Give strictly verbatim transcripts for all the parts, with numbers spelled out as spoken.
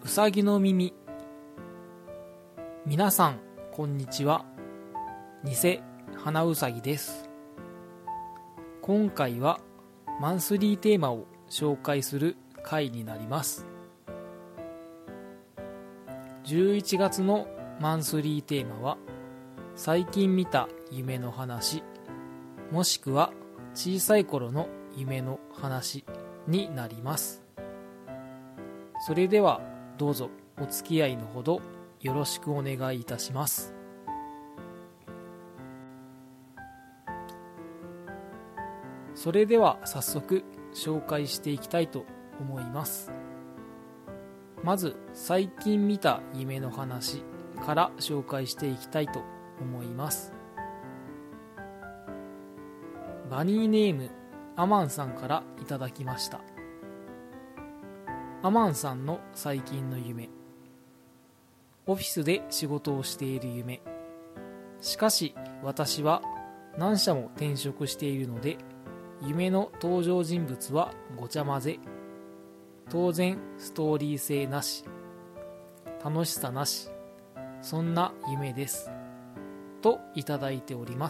うさぎの耳。皆さんこんにちは。偽花うさぎです。今回はマンスリーテーマを紹介する回になります。じゅういちがつのマンスリーテーマは最近見た夢の話、もしくは小さい頃の夢の話になります。それではどうぞお付き合いのほどよろしくお願いいたします。それでは早速紹介していきたいと思います。まず最近見た夢の話から紹介していきたいと思います。バニーネームアマンさんからいただきました。アマンさんの最近の夢。オフィスで仕事をしている夢。しかし私は何社も転職しているので、夢の登場人物はごちゃ混ぜ。当然ストーリー性なし、楽しさなし、そんな夢ですといただいております。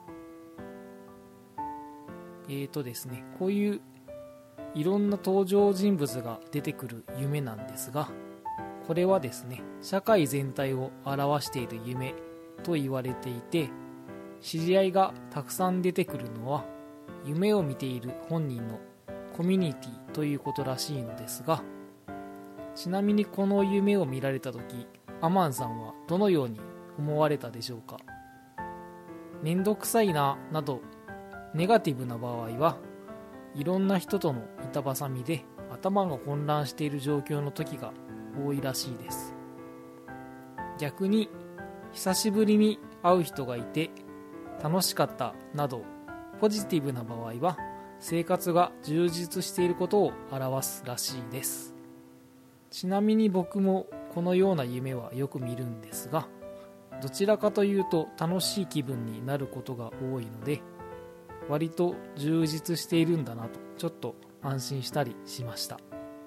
えーとですねこういういろんな登場人物が出てくる夢なんですが、これはですね社会全体を表している夢と言われていて、知り合いがたくさん出てくるのは夢を見ている本人のコミュニティということらしいのですが、ちなみにこの夢を見られた時、アマンさんはどのように思われたでしょうか。めんどくさいななどネガティブな場合はいろんな人との板挟みで頭が混乱している状況の時が多いらしいです。逆に久しぶりに会う人がいて楽しかったなどポジティブな場合は生活が充実していることを表すらしいです。ちなみに僕もこのような夢はよく見るんですが、どちらかというと楽しい気分になることが多いので、割と充実しているんだなとちょっと安心したりしました。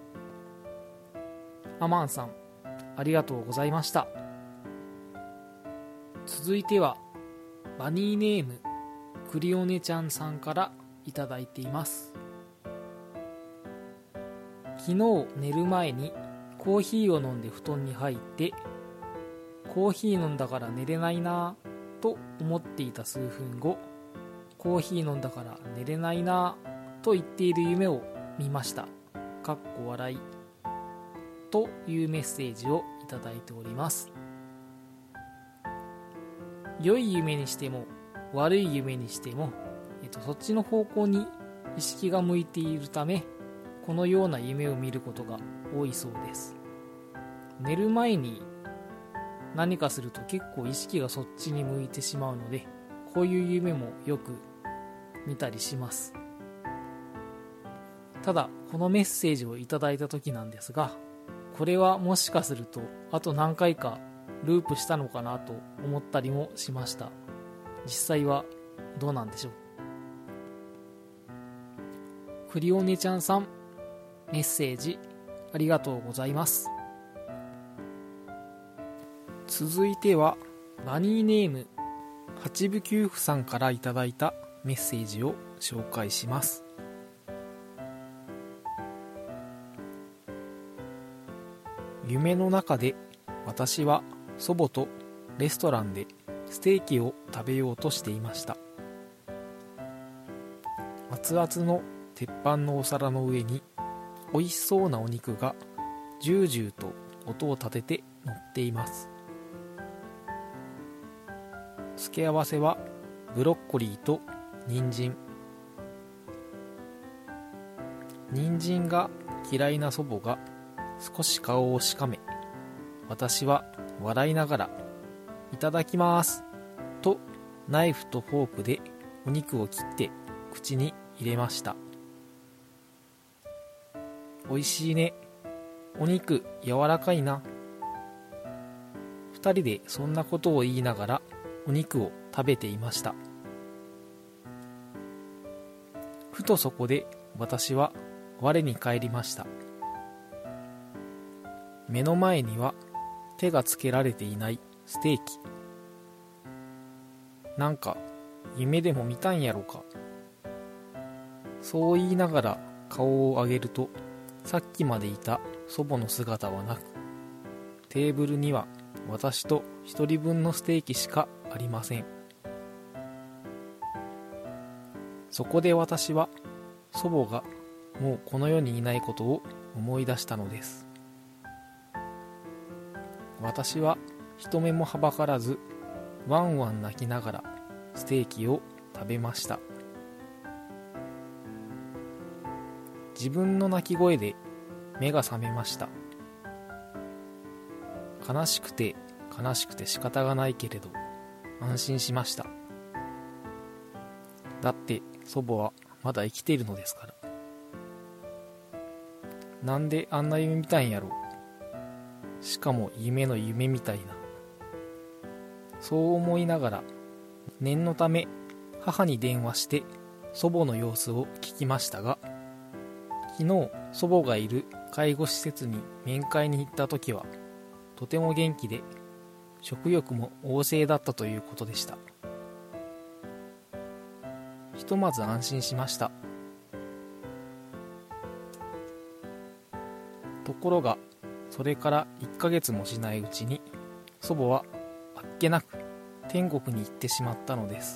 アマンさんありがとうございました。続いてはバニーネームクリオネちゃんさんからいただいています。昨日寝る前にコーヒーを飲んで布団に入って、コーヒー飲んだから寝れないなぁと思っていた数分後、コーヒー飲んだから寝れないなと言っている夢を見ました。かっこ笑いというメッセージをいただいております。良い夢にしても悪い夢にしても、えっと、そっちの方向に意識が向いているため、このような夢を見ることが多いそうです。寝る前に何かすると結構意識がそっちに向いてしまうので、こういう夢もよく見たりします。ただこのメッセージをいただいた時なんですが、これはもしかするとあと何回かループしたのかなと思ったりもしました。実際はどうなんでしょう。クリオネちゃんさん、メッセージありがとうございます。続いてはバニーネーム八部九夫さんからいただいたメッセージを紹介します。夢の中で私は祖母とレストランでステーキを食べようとしていました。熱々の鉄板のお皿の上に美味しそうなお肉がジュージューと音を立てて乗っています。付け合わせはブロッコリーと人参。人参が嫌いな祖母が少し顔をしかめ、私は笑いながらいただきますとナイフとフォークでお肉を切って口に入れました。おいしいね、お肉柔らかいな。二人でそんなことを言いながらお肉を食べていました。ふとそこで私は我に返りました。 目の前には手がつけられていないステーキ。なんか夢でも見たんやろか。そう言いながら顔を上げると、さっきまでいた祖母の姿はなく、テーブルには私と一人分のステーキしかありません。そこで私は祖母がもうこの世にいないことを思い出したのです。私は人目もはばからず、ワンワン泣きながらステーキを食べました。自分の泣き声で目が覚めました。悲しくて悲しくて仕方がないけれど安心しました。だって祖母はまだ生きているのですから。なんであんな夢見たんやろう。しかも夢の夢みたいな。そう思いながら念のため母に電話して祖母の様子を聞きましたが、昨日祖母がいる介護施設に面会に行った時はとても元気で食欲も旺盛だったということでした。ひとまず安心しました。ところがそれからいっかげつもしないうちに祖母はあっけなく天国に行ってしまったのです。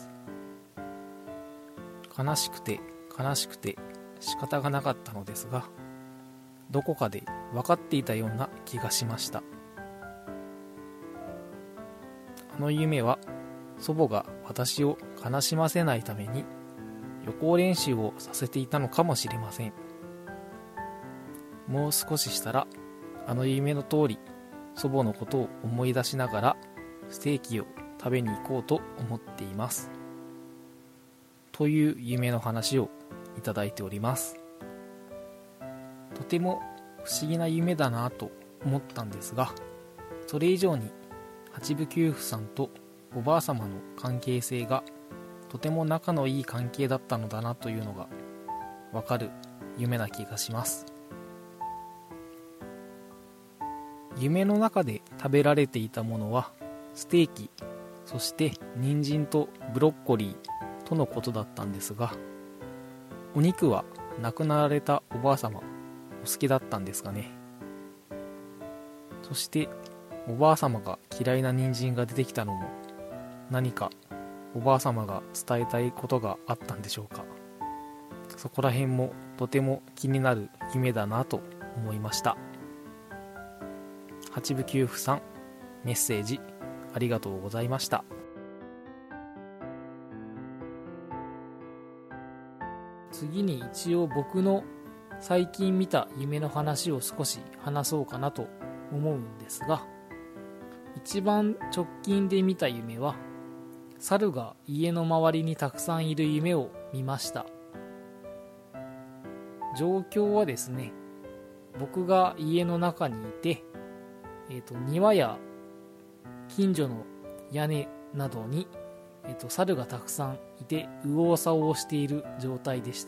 悲しくて悲しくて仕方がなかったのですが、どこかで分かっていたような気がしました。あの夢は祖母が私を悲しませないために予行練習をさせていたのかもしれません。もう少ししたらあの夢の通り祖母のことを思い出しながらステーキを食べに行こうと思っています。という夢の話をいただいております。とても不思議な夢だなと思ったんですが、それ以上に八部九夫さんとおばあ様の関係性がとても仲のいい関係だったのだなというのがわかる夢な気がします。夢の中で食べられていたものはステーキ、そして人参とブロッコリーとのことだったんですが、お肉は亡くなられたおばあ様お好きだったんですかね。そしておばあ様が嫌いな人参が出てきたのも何かおばあ様が伝えたいことがあったんでしょうか。そこら辺もとても気になる夢だなと思いました。八部九夫さん、メッセージありがとうございました。次に一応僕の最近見た夢の話を少し話そうかなと思うんですが、一番直近で見た夢は猿が家の周りにたくさんいる夢を見ました。状況はですね、僕が家の中にいて、えーと、庭や近所の屋根などに、えーと、猿がたくさんいて右往左往している状態でした。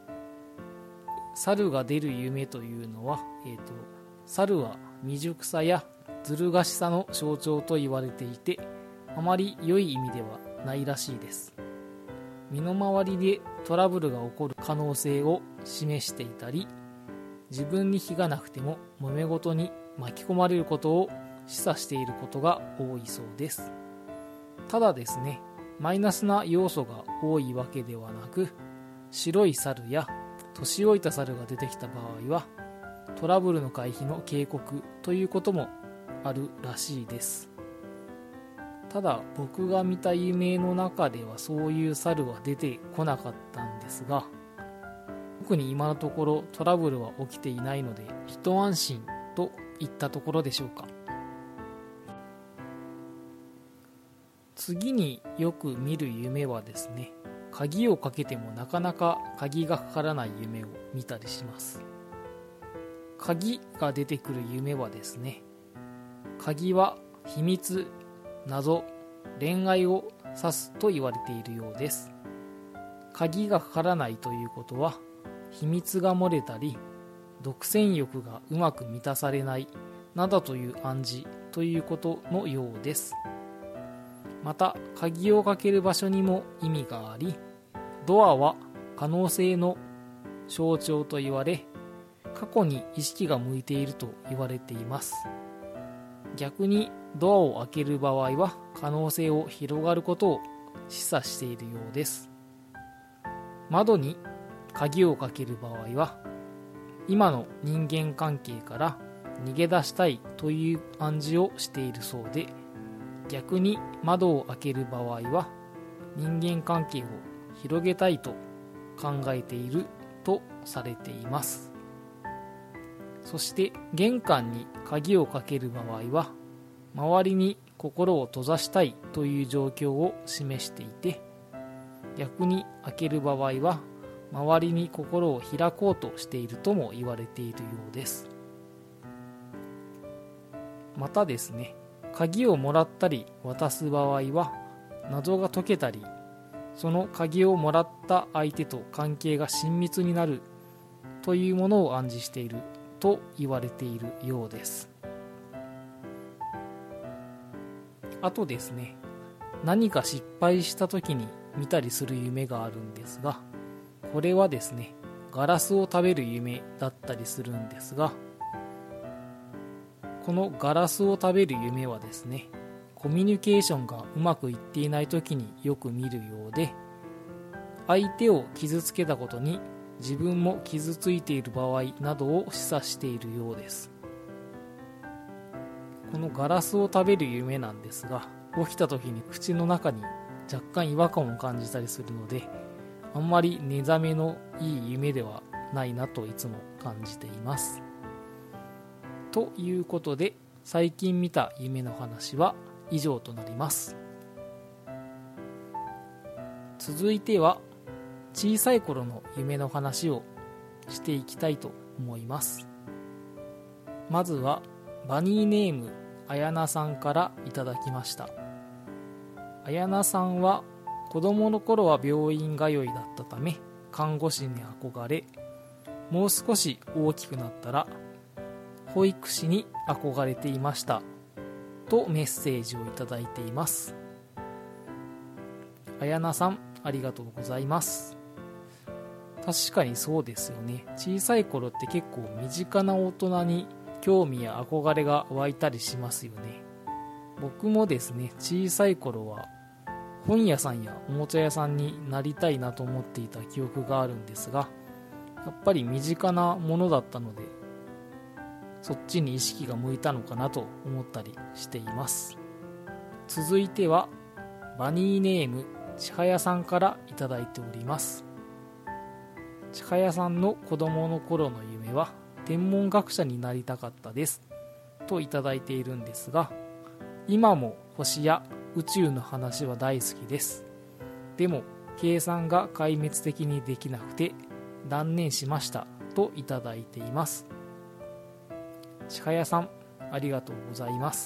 猿が出る夢というのは、えーと、猿は未熟さやずる賢さの象徴と言われていて、あまり良い意味ではないらしいです。身の回りでトラブルが起こる可能性を示していたり、自分に非がなくても揉め事に巻き込まれることを示唆していることが多いそうです。ただですね、マイナスな要素が多いわけではなく、白い猿や年老いた猿が出てきた場合はトラブルの回避の警告ということもあるらしいです。ただ僕が見た夢の中ではそういう猿は出てこなかったんですが、特に今のところトラブルは起きていないので一安心といったところでしょうか。次によく見る夢はですね、鍵をかけてもなかなか鍵がかからない夢を見たりします。鍵が出てくる夢はですね、鍵は秘密、謎、恋愛を指すと言われているようです。鍵がかからないということは、秘密が漏れたり独占欲がうまく満たされないなどという暗示ということのようです。また鍵をかける場所にも意味があり、ドアは可能性の象徴と言われ、過去に意識が向いていると言われています。逆にドアを開ける場合は可能性を広がることを示唆しているようです。窓に鍵をかける場合は、今の人間関係から逃げ出したいという暗示をしているそうで、逆に窓を開ける場合は人間関係を広げたいと考えているとされています。そして玄関に鍵をかける場合は、周りに心を閉ざしたいという状況を示していて、逆に開ける場合は周りに心を開こうとしているとも言われているようです。またですね、鍵をもらったり渡す場合は謎が解けたり、その鍵をもらった相手と関係が親密になるというものを暗示していると言われているようです。あとですね、何か失敗した時に見たりする夢があるんですが、これはですね、ガラスを食べる夢だったりするんですが、このガラスを食べる夢はですね、コミュニケーションがうまくいっていない時によく見るようで、相手を傷つけたことに自分も傷ついている場合などを示唆しているようです。このガラスを食べる夢なんですが、起きた時に口の中に若干違和感を感じたりするので、あんまり目覚めのいい夢ではないなといつも感じています。ということで、最近見た夢の話は以上となります。続いては小さい頃の夢の話をしていきたいと思います。まずはバニーネームあやなさんからいただきました。あやなさんは子供の頃は病院通いだったため看護師に憧れ、もう少し大きくなったら保育士に憧れていましたとメッセージをいただいています。あやなさん、ありがとうございます。確かにそうですよね。小さい頃って結構身近な大人に興味や憧れが湧いたりしますよね。僕もですね、小さい頃は本屋さんやおもちゃ屋さんになりたいなと思っていた記憶があるんですが、やっぱり身近なものだったので、そっちに意識が向いたのかなと思ったりしています。続いてはバニーネームちはやさんからいただいております。ちはやさんの子供の頃の夢は天文学者になりたかったですといただいているんですが、今も星や宇宙の話は大好きです。でも計算が壊滅的にできなくて断念しましたといただいています。ちはやさん、ありがとうございます。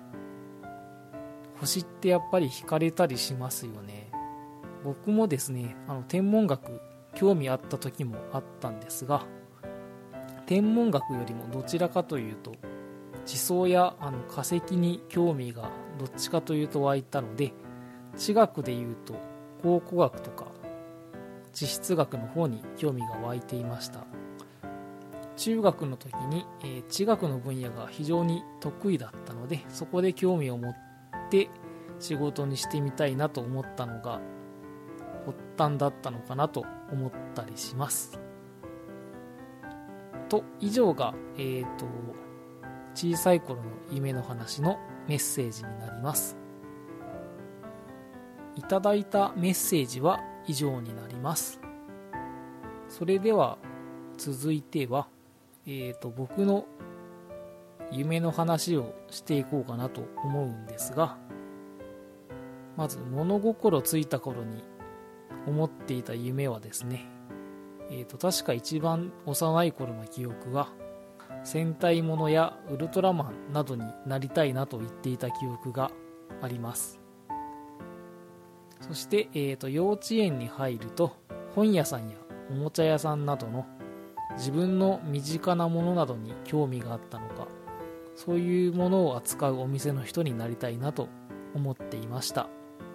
星ってやっぱり惹かれたりしますよね。僕もですね、あの天文学興味あった時もあったんですが、天文学よりもどちらかというと地層やあの化石に興味がどっちかというと湧いたので、地学でいうと考古学とか地質学の方に興味が湧いていました。中学の時に、えー、地学の分野が非常に得意だったので、そこで興味を持って仕事にしてみたいなと思ったのが発端だったのかなと思ったりします。と、以上が、えーと、小さい頃の夢の話のメッセージになります。いただいたメッセージは以上になります。それでは続いては、えーと、僕の夢の話をしていこうかなと思うんですが、まず物心ついた頃に思っていた夢はですね、えーと、確か一番幼い頃の記憶は戦隊ものやウルトラマンなどになりたいなと言っていた記憶があります。そして、えーと、幼稚園に入ると本屋さんやおもちゃ屋さんなどの自分の身近なものなどに興味があったのか、 そういうものを扱うお店の人になりたいなと思っていました。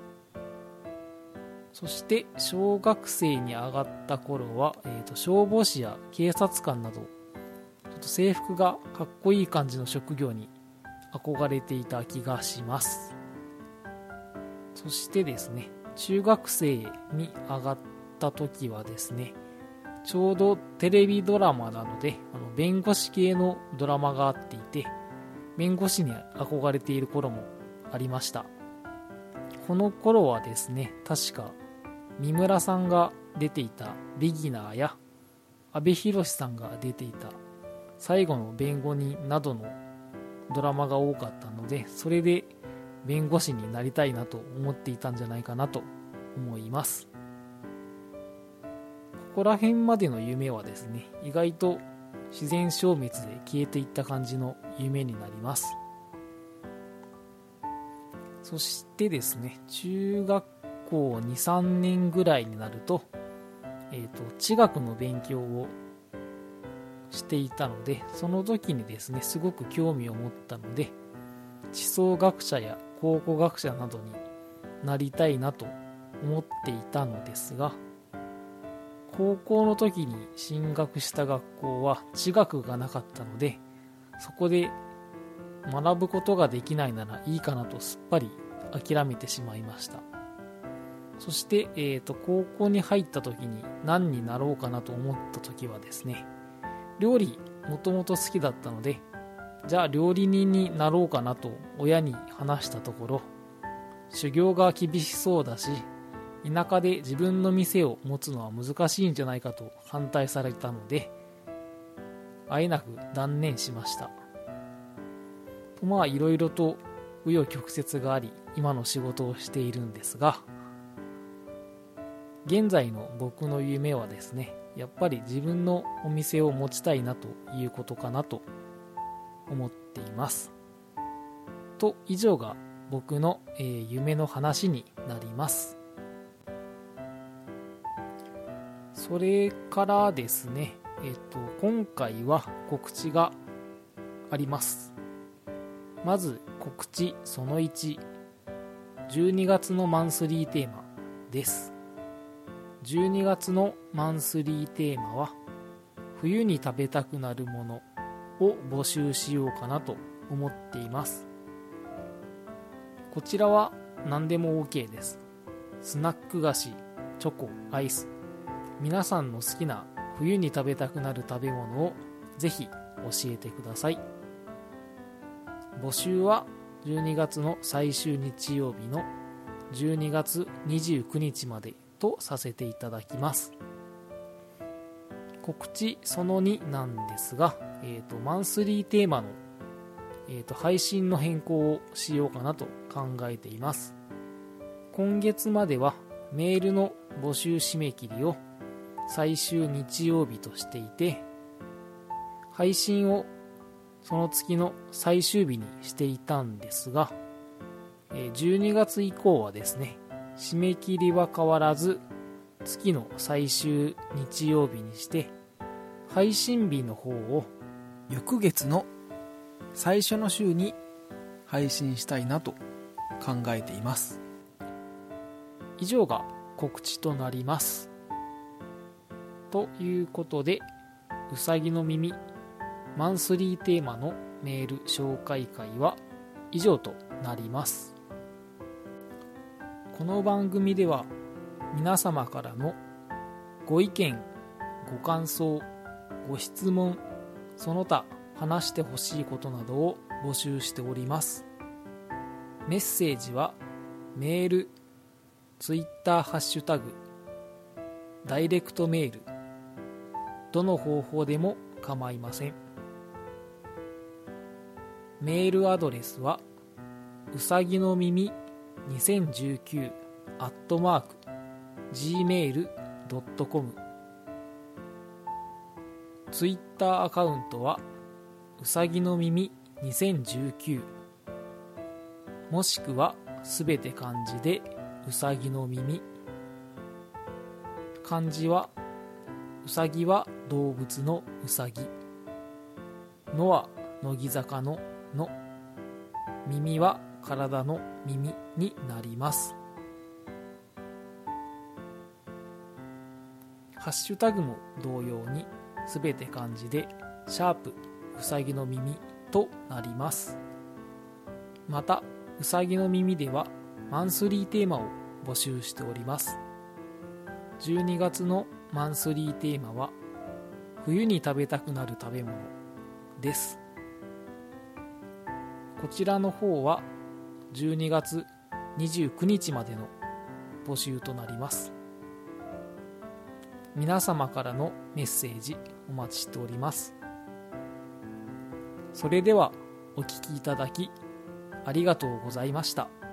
そして小学生に上がった頃は、えーと、消防士や警察官などちょっと制服がかっこいい感じの職業に憧れていた気がします。そしてですね、中学生に上がった時はですね、ちょうどテレビドラマなのであの弁護士系のドラマがあっていて、弁護士に憧れている頃もありました。この頃はですね、確か三村さんが出ていたビギナーや阿部寛さんが出ていた最後の弁護人などのドラマが多かったので、それで弁護士になりたいなと思っていたんじゃないかなと思います。ここら辺までの夢はですね、意外と自然消滅で消えていった感じの夢になります。そしてですね、中学校に、さんねんぐらいになると、えーと、地学の勉強をしていたので、その時にですね、すごく興味を持ったので、地層学者や考古学者などになりたいなと思っていたのですが、高校の時に進学した学校は地学がなかったので、そこで学ぶことができないならいいかなとすっぱり諦めてしまいました。そして、えーと、高校に入った時に何になろうかなと思った時はですね、料理もともと好きだったので、じゃあ料理人になろうかなと親に話したところ、修行が厳しそうだし、田舎で自分の店を持つのは難しいんじゃないかと反対されたので、あえなく断念しました。とまあいろいろと紆余曲折があり、今の仕事をしているんですが、現在の僕の夢はですね、やっぱり自分のお店を持ちたいなということかなと思っています。と、以上が僕の、えー、夢の話になります。それからですね、えっと、今回は告知があります。まず告知そのいち、じゅうにがつのマンスリーテーマです。じゅうにがつのマンスリーテーマは、冬に食べたくなるものを募集しようかなと思っています。こちらは何でも OK です。スナック菓子、チョコ、アイス、皆さんの好きな冬に食べたくなる食べ物をぜひ教えてください。募集はじゅうにがつの最終日曜日のじゅうにがつにじゅうくにちまでとさせていただきます。告知そのになんですが、えーと、マンスリーテーマの、えーと、配信の変更をしようかなと考えています。今月まではメールの募集締め切りを最終日曜日としていて、配信をその月の最終日にしていたんですが、じゅうにがつ以降はですね、締め切りは変わらず月の最終日曜日にして、配信日の方を翌月の最初の週に配信したいなと考えています。 以上が告知となります。ということで、うさぎの耳マンスリーテーマのメール紹介会は以上となります。この番組では皆様からのご意見、ご感想、ご質問、その他話してほしいことなどを募集しております。メッセージはメール、ツイッターハッシュタグ、ダイレクトメール、どの方法でも構いません。メールアドレスはうさぎの耳にせんじゅうきゅうアットマーク ジーメールドットコム、 ツイッターアカウントはうさぎの耳にせんじゅうきゅう、もしくはすべて漢字でうさぎの耳、漢字はうさぎは動物のうさぎ、のは乃木坂のの耳は体の耳になります。ハッシュタグも同様にすべて漢字でシャープうさぎの耳となります。またうさぎの耳ではマンスリーテーマを募集しております。じゅうにがつのマンスリーテーマは冬に食べたくなる食べ物です。こちらの方はじゅうにがつにじゅうくにちまでの募集となります。皆様からのメッセージお待ちしております。それではお聞きいただきありがとうございました。